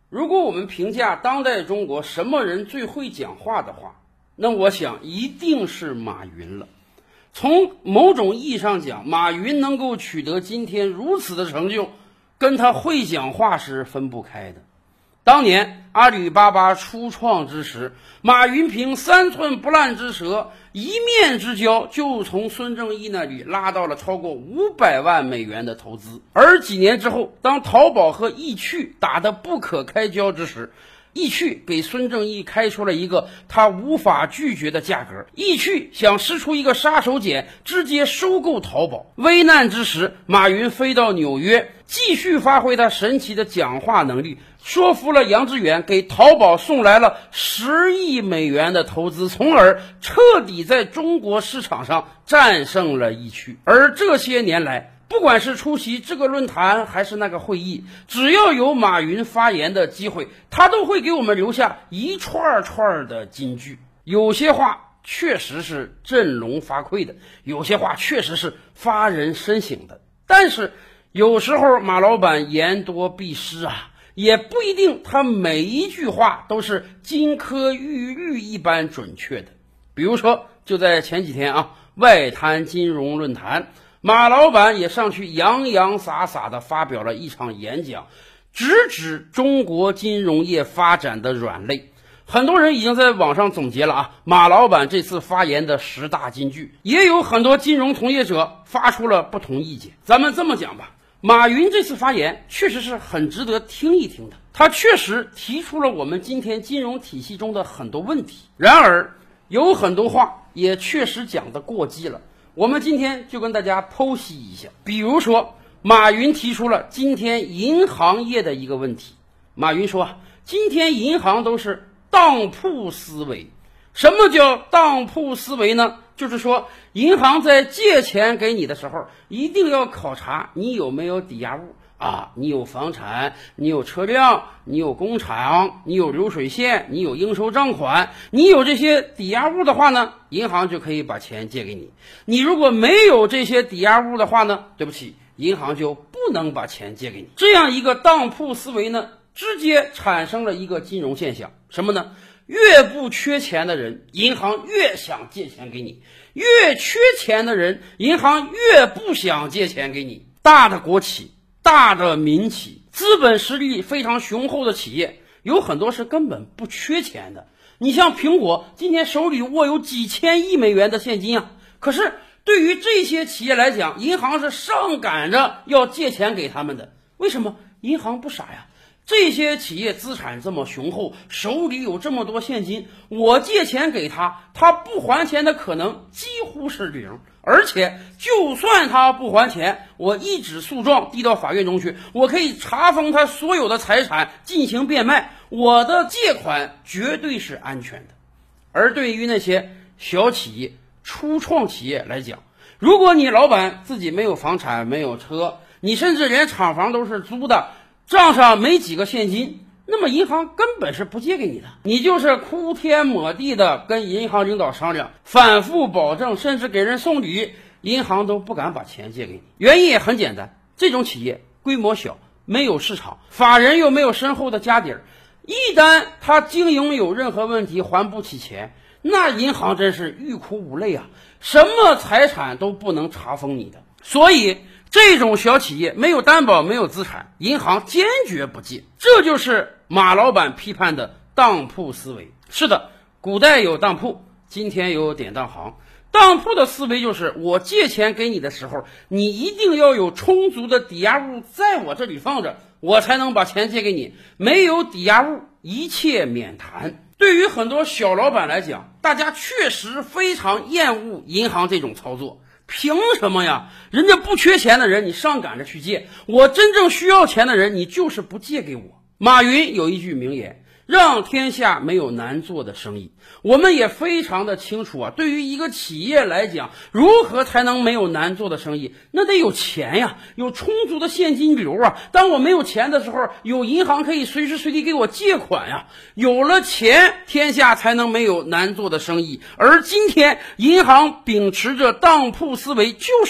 如果我们评价当代中国什么人最会讲话的话，那我想一定是马云了。从某种意义上讲，马云能够取得今天如此的成就，跟他会讲话是分不开的。当年阿里巴巴初创之时，马云凭3寸不烂之舌，一面之交就从孙正义那里拉到了超过500万美元的投资。而几年之后，当淘宝和易趣打得不可开交之时，易趣给孙正义开出了一个他无法拒绝的价格，易趣想施出一个杀手锏，直接收购淘宝。危难之时，马云飞到纽约，继续发挥他神奇的讲话能力，说服了杨致远，给淘宝送来了10亿美元的投资，从而彻底在中国市场上战胜了易趣。而这些年来，不管是出席这个论坛还是那个会议，只要有马云发言的机会，他都会给我们留下一串串的金句。有些话确实是振聋发聩的，有些话确实是发人深省的，但是有时候马老板言多必失啊，也不一定他每一句话都是金科玉律一般准确的。比如说就在前几天外滩金融论坛，马老板也上去洋洋洒洒地发表了一场演讲，直指中国金融业发展的软肋。很多人已经在网上总结了马老板这次发言的10大金句，也有很多金融从业者发出了不同意见。咱们这么讲吧，马云这次发言确实是很值得听一听的，他确实提出了我们今天金融体系中的很多问题，然而有很多话也确实讲得过激了。我们今天就跟大家剖析一下。比如说，马云提出了今天银行业的一个问题。马云说今天银行都是当铺思维。什么叫当铺思维呢？就是说银行在借钱给你的时候，一定要考察你有没有抵押物你有房产，你有车辆，你有工厂，你有流水线，你有应收账款，你有这些抵押物的话呢，银行就可以把钱借给你。你如果没有这些抵押物的话呢，对不起，银行就不能把钱借给你。这样一个当铺思维呢，直接产生了一个金融现象，什么呢？越不缺钱的人，银行越想借钱给你；越缺钱的人，银行越不想借钱给你。大的国企，大的民企，资本实力非常雄厚的企业，有很多是根本不缺钱的。你像苹果，今天手里握有几千亿美元的现金可是对于这些企业来讲，银行是上赶着要借钱给他们的。为什么？银行不傻呀，这些企业资产这么雄厚，手里有这么多现金，我借钱给他，他不还钱的可能几乎是0。而且就算他不还钱，我一纸诉状递到法院中去，我可以查封他所有的财产进行变卖，我的借款绝对是安全的。而对于那些小企业、初创企业来讲，如果你老板自己没有房产，没有车，你甚至连厂房都是租的，账上没几个现金，那么银行根本是不借给你的。你就是哭天抹地的跟银行领导商量，反复保证，甚至给人送礼，银行都不敢把钱借给你。原因也很简单，这种企业规模小，没有市场，法人又没有深厚的家底儿，一旦他经营有任何问题，还不起钱，那银行真是欲哭无泪什么财产都不能查封你的。所以这种小企业没有担保，没有资产，银行坚决不借。这就是马老板批判的当铺思维。是的，古代有当铺，今天有典当行。当铺的思维就是我借钱给你的时候，你一定要有充足的抵押物在我这里放着，我才能把钱借给你。没有抵押物，一切免谈。对于很多小老板来讲，大家确实非常厌恶银行这种操作。凭什么呀？人家不缺钱的人，你上赶着去借；我真正需要钱的人，你就是不借给我。马云有一句名言，让天下没有难做的生意。我们也非常的清楚对于一个企业来讲，如何才能没有难做的生意？那得有钱呀，有充足的现金流当我没有钱的时候，有银行可以随时随地给我借款有了钱，天下才能没有难做的生意。而今天银行秉持着当铺思维，就是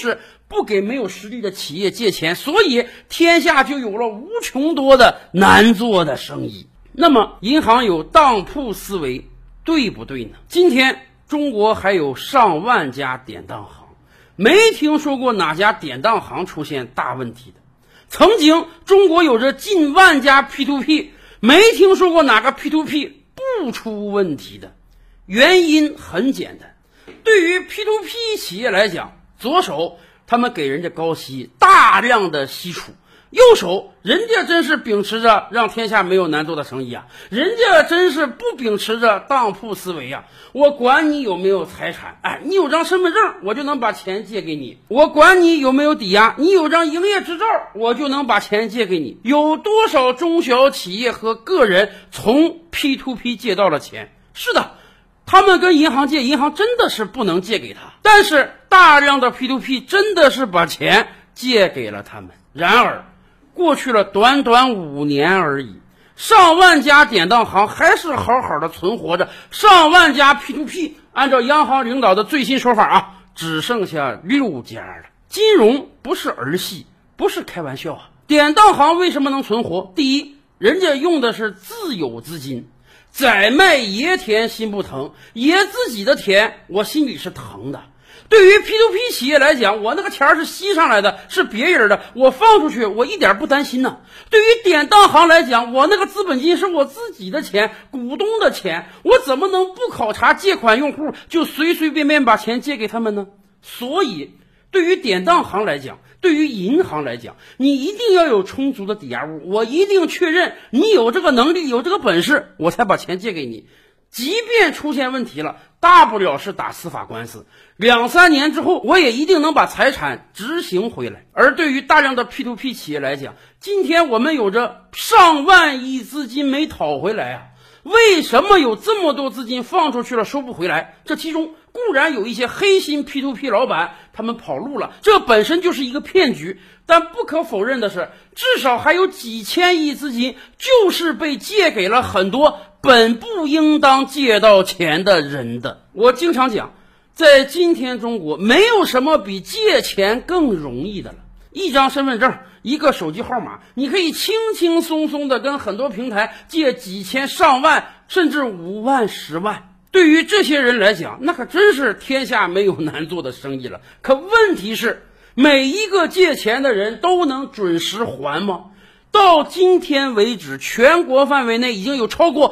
不给没有实力的企业借钱，所以天下就有了无穷多的难做的生意。那么银行有当铺思维对不对呢？今天中国还有上万家典当行，没听说过哪家典当行出现大问题的。曾经中国有着近万家 P2P， 没听说过哪个 P2P 不出问题的。原因很简单，对于 P2P 企业来讲，左手他们给人家高息，大量的吸储，右手人家真是秉持着让天下没有难做的生意啊，人家真是不秉持着当铺思维啊。我管你有没有财产，你有张身份证我就能把钱借给你，我管你有没有抵押，你有张营业执照我就能把钱借给你。有多少中小企业和个人从 P2P 借到了钱？是的，他们跟银行借，银行真的是不能借给他，但是大量的 P2P 真的是把钱借给了他们。然而过去了短短5年而已，上万家典当行还是好好的存活着，上万家 P2P 按照央行领导的最新说法只剩下6家了。金融不是儿戏，不是开玩笑啊。典当行为什么能存活？第一，人家用的是自有资金，宰卖爷田心不疼，爷自己的田我心里是疼的。对于 P2P 企业来讲，我那个钱是吸上来的，是别人的，我放出去我一点不担心呢。对于典当行来讲，我那个资本金是我自己的钱，股东的钱，我怎么能不考察借款用户就随随便便把钱借给他们呢？所以对于典当行来讲，对于银行来讲，你一定要有充足的抵押物，我一定确认你有这个能力，有这个本事，我才把钱借给你。即便出现问题了，大不了是打司法官司，2-3年之后我也一定能把财产执行回来。而对于大量的 P2P 企业来讲，今天我们有着上万亿资金没讨回来啊，为什么有这么多资金放出去了收不回来？这其中固然有一些黑心 P2P 老板他们跑路了，这本身就是一个骗局，但不可否认的是，至少还有几千亿资金就是被借给了很多本不应当借到钱的人的。我经常讲，在今天中国没有什么比借钱更容易的了。一张身份证，一个手机号码，你可以轻轻松松的跟很多平台借几千上万甚至5万10万。对于这些人来讲，那可真是天下没有难做的生意了。可问题是，每一个借钱的人都能准时还吗？到今天为止，全国范围内已经有超过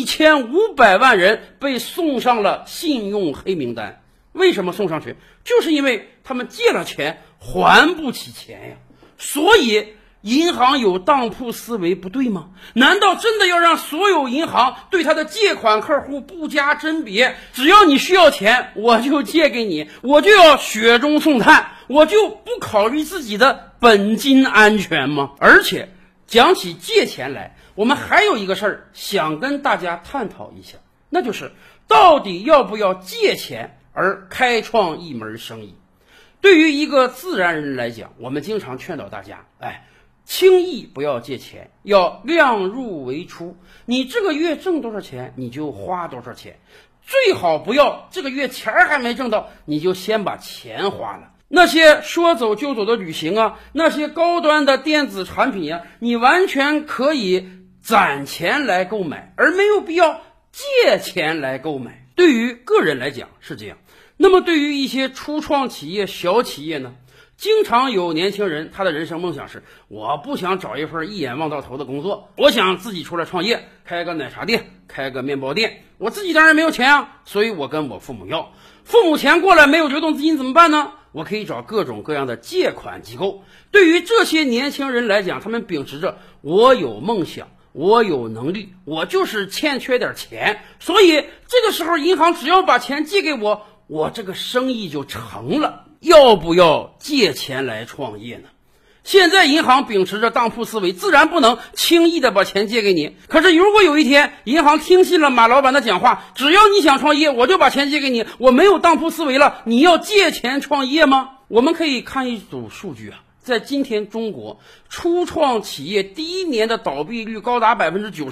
1500万人被送上了信用黑名单。为什么送上去？就是因为他们借了钱还不起钱呀。所以银行有当铺思维不对吗？难道真的要让所有银行对他的借款客户不加甄别，只要你需要钱我就借给你，我就要雪中送炭，我就不考虑自己的本金安全吗？而且讲起借钱来，我们还有一个事儿想跟大家探讨一下，那就是到底要不要借钱而开创一门生意。对于一个自然人来讲，我们经常劝导大家，轻易不要借钱，要量入为出。你这个月挣多少钱你就花多少钱，最好不要这个月钱还没挣到你就先把钱花了。那些说走就走的旅行那些高端的电子产品你完全可以攒钱来购买，而没有必要借钱来购买。对于个人来讲是这样，那么对于一些初创企业、小企业呢？经常有年轻人他的人生梦想是，我不想找一份一眼望到头的工作，我想自己出来创业，开个奶茶店，开个面包店。我自己当然没有钱所以我跟我父母要，父母钱过来没有流动资金怎么办呢？我可以找各种各样的借款机构。对于这些年轻人来讲，他们秉持着我有梦想，我有能力，我就是欠缺点钱，所以这个时候银行只要把钱借给我，我这个生意就成了。要不要借钱来创业呢？现在银行秉持着当铺思维，自然不能轻易的把钱借给你。可是如果有一天银行听信了马老板的讲话，只要你想创业我就把钱借给你，我没有当铺思维了，你要借钱创业吗？我们可以看一组数据在今天中国，初创企业第一年的倒闭率高达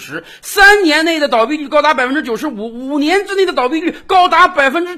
90%，3年内的倒闭率高达95%，5年之内的倒闭率高达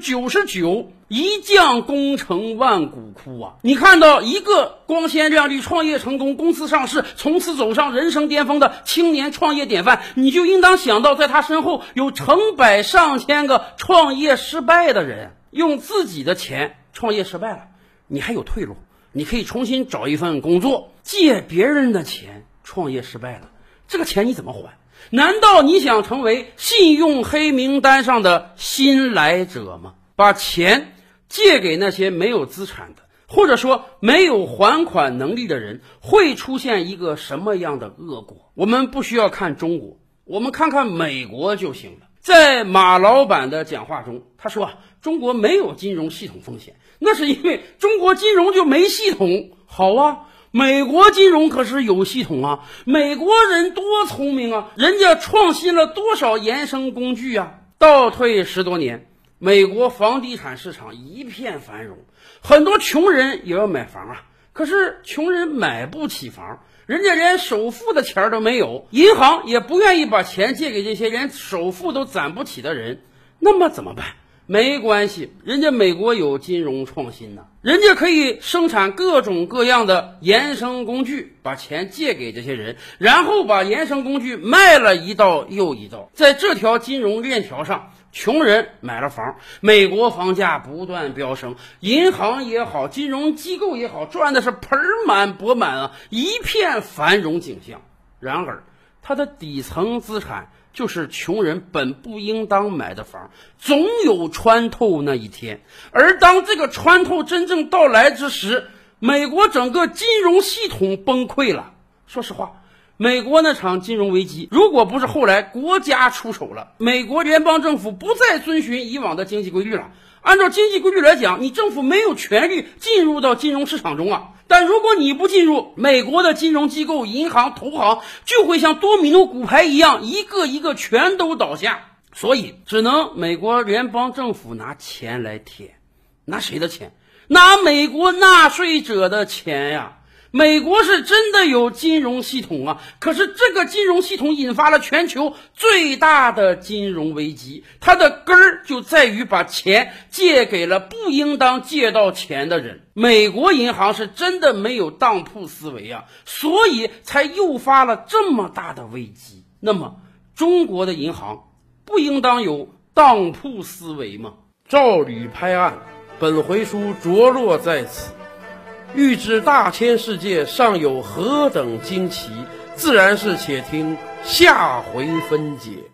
99%。一将功成万骨枯啊！你看到一个光鲜亮丽、创业成功、公司上市，从此走上人生巅峰的青年创业典范，你就应当想到，在他身后有成百上千个创业失败的人，用自己的钱创业失败了，你还有退路，你可以重新找一份工作。借别人的钱创业失败了，这个钱你怎么还？难道你想成为信用黑名单上的新来者吗？把钱借给那些没有资产的，或者说没有还款能力的人，会出现一个什么样的恶果？我们不需要看中国，我们看看美国就行了。在马老板的讲话中，他说中国没有金融系统风险，那是因为中国金融就没系统。好啊，美国金融可是有系统啊，美国人多聪明啊，人家创新了多少衍生工具啊。倒退10多年，美国房地产市场一片繁荣，很多穷人也要买房啊，可是穷人买不起房，人家连首付的钱都没有，银行也不愿意把钱借给这些连首付都攒不起的人，那么怎么办？没关系，人家美国有金融创新呢，人家可以生产各种各样的衍生工具，把钱借给这些人，然后把衍生工具卖了一道又一道。在这条金融链条上，穷人买了房，美国房价不断飙升，银行也好，金融机构也好，赚的是盆满钵满啊，一片繁荣景象。然而它的底层资产就是穷人本不应当买的房，总有穿透那一天。而当这个穿透真正到来之时，美国整个金融系统崩溃了。说实话，美国那场金融危机，如果不是后来国家出手了，美国联邦政府不再遵循以往的经济规律了。按照经济规律来讲，你政府没有权利进入到金融市场中啊。但如果你不进入，美国的金融机构、银行、投行就会像多米诺骨牌一样，一个一个全都倒下。所以只能美国联邦政府拿钱来贴。拿谁的钱？拿美国纳税者的钱呀。美国是真的有金融系统啊，可是这个金融系统引发了全球最大的金融危机，它的根儿就在于把钱借给了不应当借到钱的人。美国银行是真的没有当铺思维啊，所以才诱发了这么大的危机。那么中国的银行不应当有当铺思维吗？ 照吕拍案，本回书着落在此。欲知大千世界尚有何等惊奇，自然是且听下回分解。